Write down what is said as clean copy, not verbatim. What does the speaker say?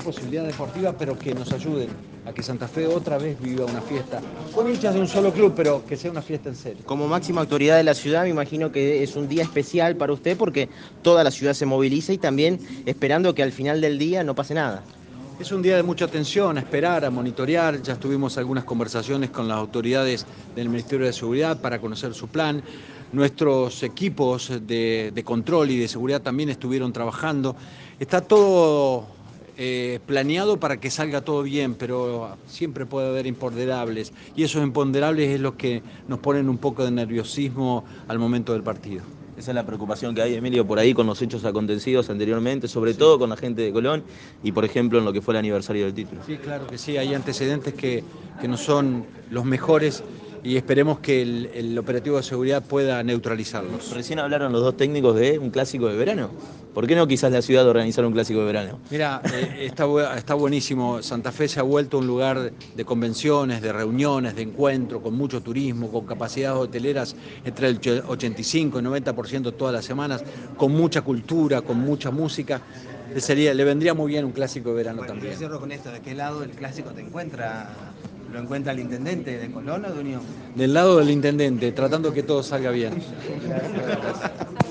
posibilidad deportiva, pero que nos ayuden a que Santa Fe otra vez viva una fiesta, con hinchas de un solo club, pero que sea una fiesta en serio. Como máxima autoridad de la ciudad, me imagino que es un día especial para usted porque toda la ciudad se moviliza y también esperando que al final del día no pase nada. Es un día de mucha atención, a esperar, a monitorear. Ya tuvimos algunas conversaciones con las autoridades del Ministerio de Seguridad para conocer su plan. Nuestros equipos de control y de seguridad también estuvieron trabajando. Está todo planeado para que salga todo bien, pero siempre puede haber imponderables. Y esos imponderables es lo que nos ponen un poco de nerviosismo al momento del partido. Esa es la preocupación que hay, Emilio, por ahí con los hechos acontecidos anteriormente, sobre Sí. todo con la gente de Colón y, por ejemplo, en lo que fue el aniversario del título. Sí, claro que sí, hay antecedentes que no son los mejores y esperemos que el operativo de seguridad pueda neutralizarlos. Recién hablaron los dos técnicos de un clásico de verano. ¿Por qué no quizás la ciudad organizar un clásico de verano? Mira, está buenísimo. Santa Fe se ha vuelto un lugar de convenciones, de reuniones, de encuentro, con mucho turismo, con capacidades hoteleras entre el 85 y 90% todas las semanas, con mucha cultura, con mucha música. Le vendría muy bien un clásico de verano también. Yo cierro con esto, ¿de qué lado del clásico te encuentra? ¿Lo encuentra el intendente de Colón o de Unión? Del lado del intendente, tratando que todo salga bien.